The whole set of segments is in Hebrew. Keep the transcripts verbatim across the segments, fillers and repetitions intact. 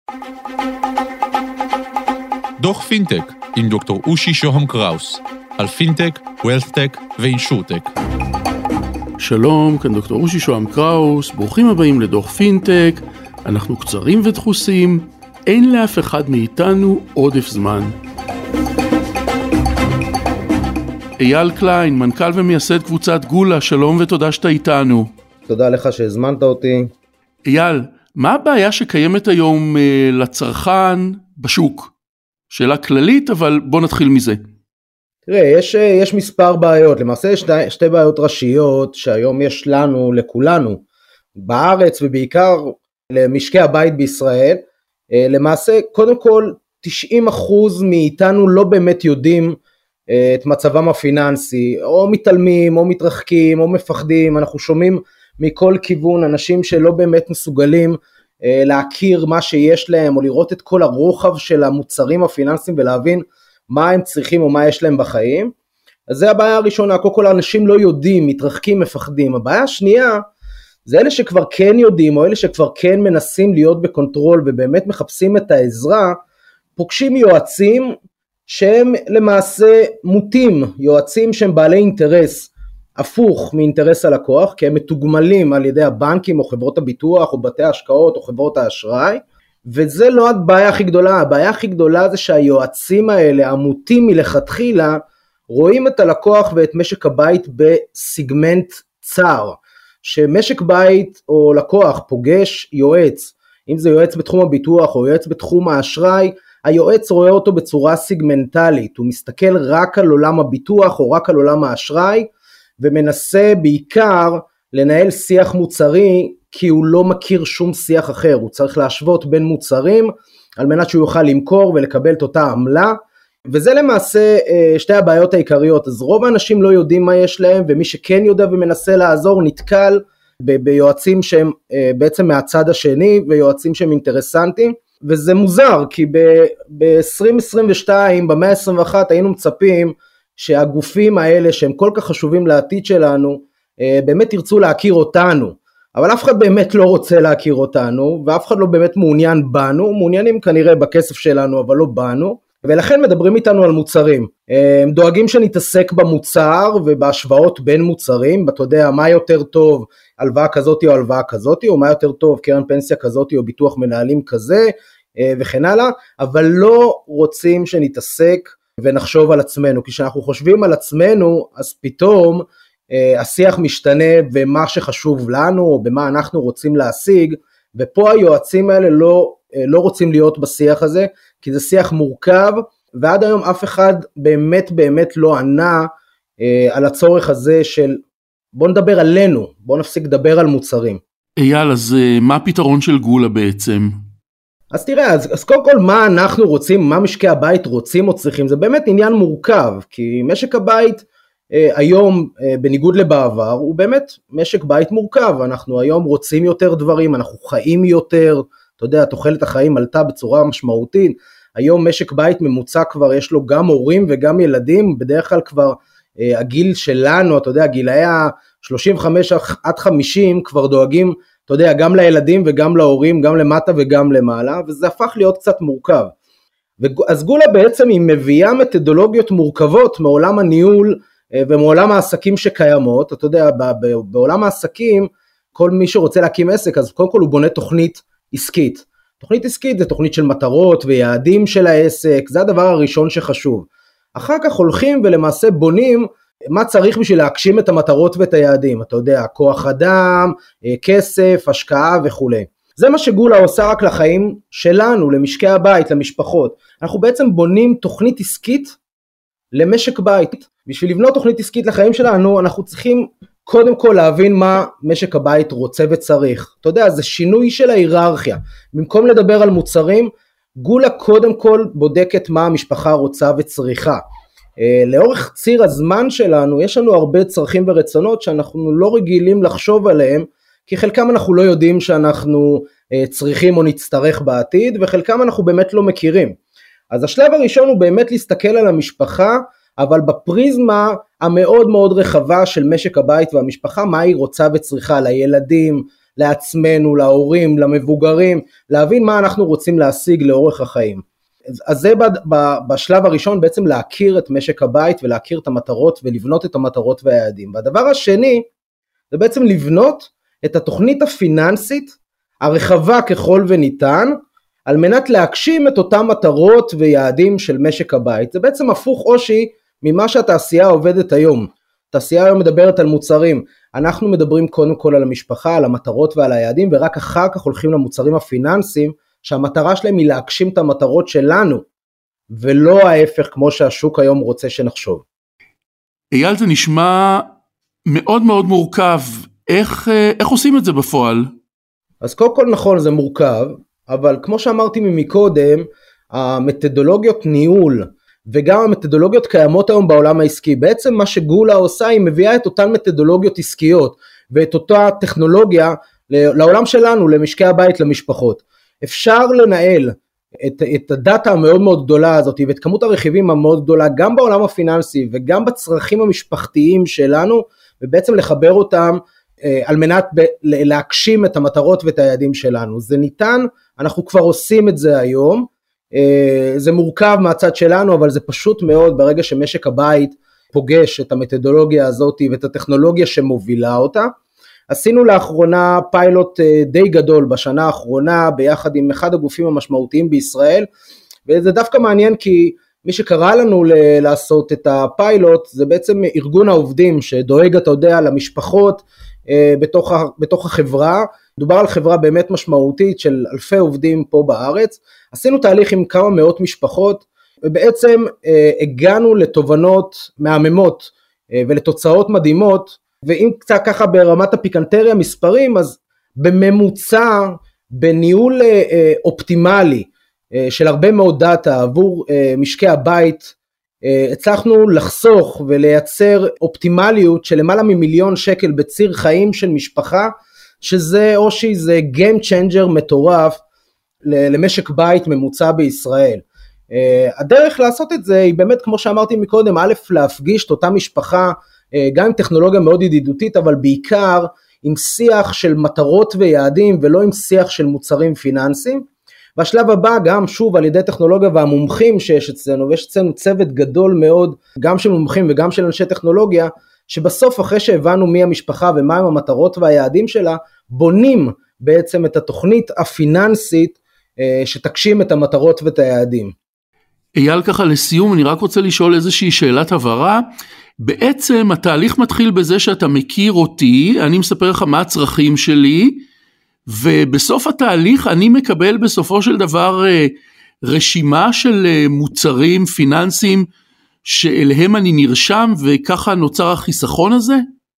דוח פינטק עם דוקטור אושי שוהם קראוס, על פינטק, ווילת'טק ואינשורטק. שלום, כאן דוקטור אושי שוהם קראוס, ברוכים הבאים לדוח פינטק. אנחנו קצרים ודחוסים, אין לאף אחד מאיתנו עודף זמן. אייל קליין, מנכ"ל ומייסד קבוצת גולה, שלום ותודה שאתה איתנו. תודה לך שהזמנת אותי. אייל, מה הבעיה שקיימת היום uh, לצרכן בשוק? שאלה כללית, אבל בוא נתחיל מזה. תראה, יש, יש מספר בעיות, למעשה יש שתי, שתי בעיות ראשיות שהיום יש לנו, לכולנו, בארץ ובעיקר למשקי הבית בישראל. למעשה, קודם כל, תשעים אחוז מאיתנו לא באמת יודעים את מצבם הפיננסי, או מתעלמים, או מתרחקים, או מפחדים. אנחנו שומעים מכל כיוון אנשים שלא באמת מסוגלים להכיר מה שיש להם, או לראות את כל הרוחב של המוצרים הפיננסיים, ולהבין מה הם צריכים או מה יש להם בחיים. אז זה הבעיה הראשונה, קודם כל אנשים לא יודעים, מתרחקים, מפחדים. הבעיה השנייה, זה אלה שכבר כן יודעים, או אלה שכבר כן מנסים להיות בקונטרול, ובאמת מחפשים את העזרה, פוגשים יועצים שהם למעשה מוטים, יועצים שהם בעלי אינטרס, הפוך מאינטרס הלקוח, כי הם מתוגמלים על ידי הבנקים, או חברות הביטוח, או בתי ההשקעות, או חברות האשראי, וזה לא הבעיה הכי גדולה. הבעיה הכי גדולה זה שהיועצים האלה, המוטים מלכתחילה, רואים את הלקוח ואת משק הבית בסיגמנט צר, שמשק בית או לקוח פוגש יועץ, אם זה יועץ בתחום הביטוח או יועץ בתחום האשראי, היועץ רואה אותו בצורה סיגמנטלית, הוא מסתכל רק על עולם הביטוח או רק על עולם האשראי, ומנסה בעיקר לנהל שיח מוצרי, כי הוא לא מכיר שום שיח אחר, הוא צריך להשוות בין מוצרים, על מנת שהוא יוכל למכור ולקבל את אותה עמלה, וזה למעשה שתי הבעיות העיקריות. אז רוב האנשים לא יודעים מה יש להם, ומי שכן יודע ומנסה לעזור נתקל ב- ביועצים שהם בעצם מהצד השני, ויועצים שהם אינטרסנטים, וזה מוזר, כי ב-עשרים עשרים ושתיים, במאה ה-עשרים ואחת היינו מצפים שהגופים האלה שהם כל כך חשובים לעתיד שלנו, באמת ירצו להכיר אותנו, אבל אף אחד באמת לא רוצה להכיר אותנו, ואף אחד לא באמת מעוניין בנו, מעוניינים כנראה בכסף שלנו, אבל לא בנו, ולכן מדברים איתנו על מוצרים. הם דואגים שנתעסק במוצר, ובהשוואות בין מוצרים, אתה יודע מה יותר טוב, הלוואה כזאת או הלוואה כזאת, או מה יותר טוב, קרן פנסיה כזאת או ביטוח מנהלים כזה, וכן הלאה, אבל לא רוצים שנתעסק ונחשוב על עצמנו, כי כשאנחנו חושבים על עצמנו, אז פתאום השיח משתנה במה שחשוב לנו, או במה אנחנו רוצים להשיג, ופה היועצים האלה לא, לא רוצים להיות בשיח הזה, כי זה שיח מורכב, ועד היום אף אחד באמת באמת לא ענה על הצורך הזה של, בוא נדבר עלינו, בוא נפסיק לדבר על מוצרים. אייל, אז מה הפתרון של גולה בעצם? אז תראה, אז, אז קודם כל מה אנחנו רוצים, מה משקי הבית רוצים או צריכים, זה באמת עניין מורכב, כי משק הבית אה, היום, אה, בניגוד לבעבר, הוא באמת משק בית מורכב, אנחנו היום רוצים יותר דברים, אנחנו חיים יותר, אתה יודע, תוחלת החיים עלתה בצורה משמעותית, היום משק בית ממוצע כבר יש לו גם הורים וגם ילדים, בדרך כלל כבר אה, הגיל שלנו, אתה יודע, גילאי ה-שלושים וחמש עד חמישים כבר דואגים, אתה יודע, גם לילדים וגם להורים, גם למטה וגם למעלה, וזה הפך להיות קצת מורכב. אז גולה בעצם היא מביאה מתודולוגיות מורכבות מעולם הניהול ומעולם העסקים שקיימות. אתה יודע, בעולם העסקים, כל מי שרוצה להקים עסק, אז קודם כל הוא בונה תוכנית עסקית. תוכנית עסקית זה תוכנית של מטרות ויעדים של העסק, זה הדבר הראשון שחשוב. אחר כך הולכים ולמעשה בונים, מה צריך בשביל להגשים את המטרות ואת היעדים, אתה יודע, כוח אדם, כסף, השקעה וכו'. זה מה שגולה עושה רק לחיים שלנו, למשקי הבית, למשפחות. אנחנו בעצם בונים תוכנית עסקית למשק בית. בשביל לבנות תוכנית עסקית לחיים שלנו, אנחנו צריכים קודם כל להבין מה משק הבית רוצה וצריך. אתה יודע, זה שינוי של ההיררכיה. במקום לדבר על מוצרים, גולה קודם כל בודקת מה המשפחה רוצה וצריכה. לאורך ציר הזמן שלנו יש לנו הרבה צרכים ורצונות שאנחנו לא רגילים לחשוב עליהם, כי חלקם אנחנו לא יודעים שאנחנו צריכים או נצטרך בעתיד, וחלקם אנחנו באמת לא מכירים. אז השלב הראשון הוא באמת להסתכל על המשפחה, אבל בפריזמה המאוד מאוד רחבה של משק הבית והמשפחה, מה היא רוצה וצריכה לילדים, לעצמנו, להורים, למבוגרים, להבין מה אנחנו רוצים להשיג לאורך החיים. אז זה בשלב הראשון בעצם להכיר את משק הבית ולהכיר את המטרות ולבנות את המטרות והיעדים. והדבר השני זה בעצם לבנות את התוכנית הפיננסית הרחבה ככל וניתן, על מנת להגשים את אותם מטרות ויעדים של משק הבית. זה בעצם הפוך אושי ממה שהתעשייה עובדת היום. התעשייה היום מדברת על מוצרים, אנחנו מדברים קודם כל על המשפחה, על המטרות ועל היעדים, ורק אחר כך הולכים למוצרים הפיננסיים, שהמטרה שלהם היא להגשים את המטרות שלנו, ולא ההפך כמו שהשוק היום רוצה שנחשוב. אייל, זה נשמע מאוד מאוד מורכב, איך, איך עושים את זה בפועל? אז קודם כל נכון, זה מורכב, אבל כמו שאמרתי ממקודם, המתודולוגיות ניהול, וגם המתודולוגיות קיימות היום בעולם העסקי, בעצם מה שגולה עושה, היא מביאה את אותן מתודולוגיות עסקיות, ואת אותה טכנולוגיה לעולם שלנו, למשקי הבית, למשפחות. אפשר לנהל את, את הדאטה המאוד מאוד גדולה הזאת, ואת כמות הרכיבים המאוד גדולה, גם בעולם הפיננסי, וגם בצרכים המשפחתיים שלנו, ובעצם לחבר אותם, על מנת ב- להגשים את המטרות ואת היעדים שלנו. זה ניתן, אנחנו כבר עושים את זה היום, זה מורכב מהצד שלנו, אבל זה פשוט מאוד ברגע שמשק הבית פוגש את המתודולוגיה הזאת ואת הטכנולוגיה שמובילה אותה. עשינו לאחרונה פיילוט די גדול בשנה האחרונה, ביחד עם אחד הגופים המשמעותיים בישראל, וזה דווקא מעניין כי מי שקרא לנו ל- לעשות את הפיילוט, זה בעצם ארגון העובדים שדואג, אתה יודע, למשפחות, בתוך, בתוך החברה. דובר על חברה באמת משמעותית של אלפי עובדים פה בארץ. עשינו תהליך עם כמה מאות משפחות, ובעצם אה, הגענו לתובנות מהממות אה, ולתוצאות מדהימות, ואם קצת ככה ברמת הפיקנטריה מספרים, אז בממוצע, בניהול אה, אה, אופטימלי אה, של הרבה מאוד דאטה עבור אה, משקי הבית, הצלחנו לחסוך ולייצר אופטימליות של למעלה ממיליון שקל בציר חיים של משפחה, שזה אושי זה game changer מטורף למשק בית ממוצע בישראל. הדרך לעשות את זה היא באמת כמו שאמרתי מקודם, א' להפגיש את אותה משפחה גם עם טכנולוגיה מאוד ידידותית, אבל בעיקר עם שיח של מטרות ויעדים ולא עם שיח של מוצרים פיננסיים. והשלב הבא גם שוב על ידי טכנולוגיה והמומחים שיש אצלנו, ויש אצלנו צוות גדול מאוד, גם של מומחים וגם של אנשי טכנולוגיה, שבסוף אחרי שהבנו מי המשפחה ומה הם המטרות והיעדים שלה, בונים בעצם את התוכנית הפיננסית שתגשים את המטרות ואת היעדים. אייל, ככה לסיום, אני רק רוצה לשאול איזושהי שאלת הבהרה. בעצם התהליך מתחיל בזה שאתה מכיר אותי, אני מספר לך מה הצרכים שלי, ובסוף התהליך אני מקבל בסופו של דבר רשימה של מוצרים פיננסיים שאליהם אני נרשם, וככה נוצר החיסכון הזה?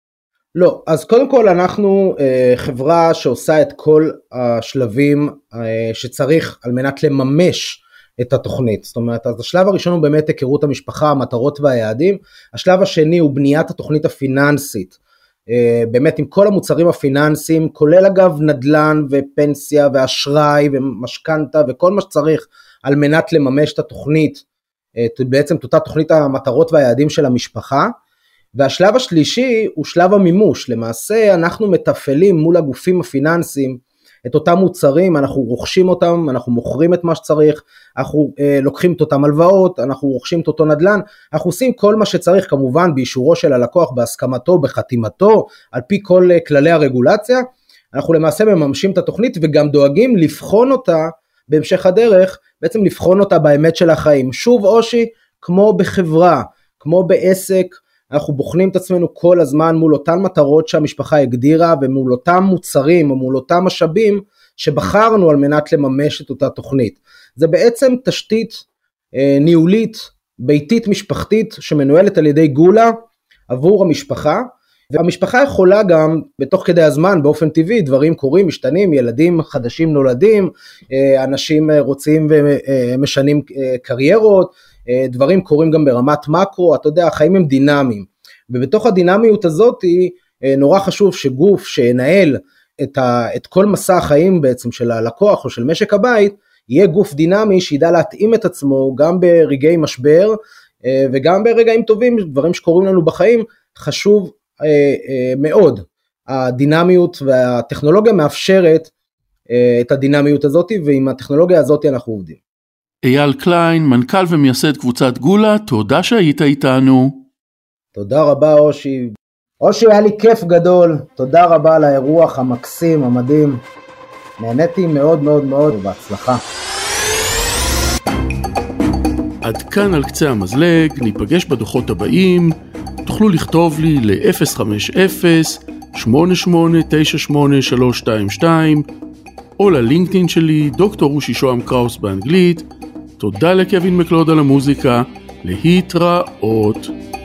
לא, אז קודם כל אנחנו חברה שעושה את כל השלבים שצריך על מנת לממש את התוכנית. זאת אומרת, אז השלב הראשון הוא באמת היכרות המשפחה, המטרות והיעדים. השלב השני הוא בניית התוכנית הפיננסית. באמת עם כל המוצרים הפיננסיים, כולל אגב נדל"ן ופנסיה ואשראי ומשכנתה וכל מה שצריך על מנת לממש את התוכנית, בעצם את אותה תוכנית המטרות והיעדים של המשפחה. והשלב השלישי הוא שלב המימוש. למעשה אנחנו מתפעלים מול הגופים הפיננסיים את אותם מוצרים, אנחנו רוכשים אותם, אנחנו מוכרים את מה שצריך, אנחנו אה, לוקחים את אותם הלוואות, אנחנו רוכשים את אותו נדל"ן, אנחנו עושים כל מה שצריך כמובן באישורו של הלקוח, בהסכמתו, בחתימתו, על פי כל אה, כללי הרגולציה. אנחנו למעשה מממשים את התוכנית וגם דואגים לבחון אותה בהמשך הדרך, בעצם לבחון אותה באמת של החיים. שוב אושי, כמו בחברה, כמו בעסק, אנחנו בוחנים את עצמנו כל הזמן מול אותן מטרות שהמשפחה הגדירה, ומול אותם מוצרים או מול אותם משאבים שבחרנו על מנת לממש את אותה תוכנית. זה בעצם תשתית אה, ניהולית, ביתית משפחתית, שמנוהלת על ידי גולה עבור המשפחה, והמשפחה יכולה גם בתוך כדי הזמן באופן טבעי, דברים קורים, משתנים, ילדים חדשים נולדים, אה, אנשים רוצים ומשנים אה, קריירות, דברים קורים גם ברמת מקרו, אתה יודע, החיים הם דינמיים, ובתוך הדינמיות הזאת נורא חשוב שגוף שינהל את, ה, את כל מסע החיים בעצם של הלקוח או של משק הבית, יהיה גוף דינמי שידע להתאים את עצמו גם ברגעי משבר, וגם ברגעים טובים, דברים שקורים לנו בחיים, חשוב מאוד. הדינמיות והטכנולוגיה מאפשרת את הדינמיות הזאת, ועם הטכנולוגיה הזאת אנחנו עובדים. אייל קליין, מנכ"ל ומייסד קבוצת גולה, תודה שהיית איתנו. תודה רבה אושי. אושי, היה לי כיף גדול, תודה רבה על האירוח המקסים, המדהים. נהניתי מאוד מאוד מאוד, ובהצלחה. עד כאן על קצה המזלג, ניפגש בדוחות הבאים, תוכלו לכתוב לי ל-אפס חמש אפס שמונה שמונה תשע שמונה שלוש שתיים שתיים, או ללינקדאין שלי, דוקטור אושי שוהם קראוס באנגלית. תודה לקווין מקלוד על המוזיקה, להתראות.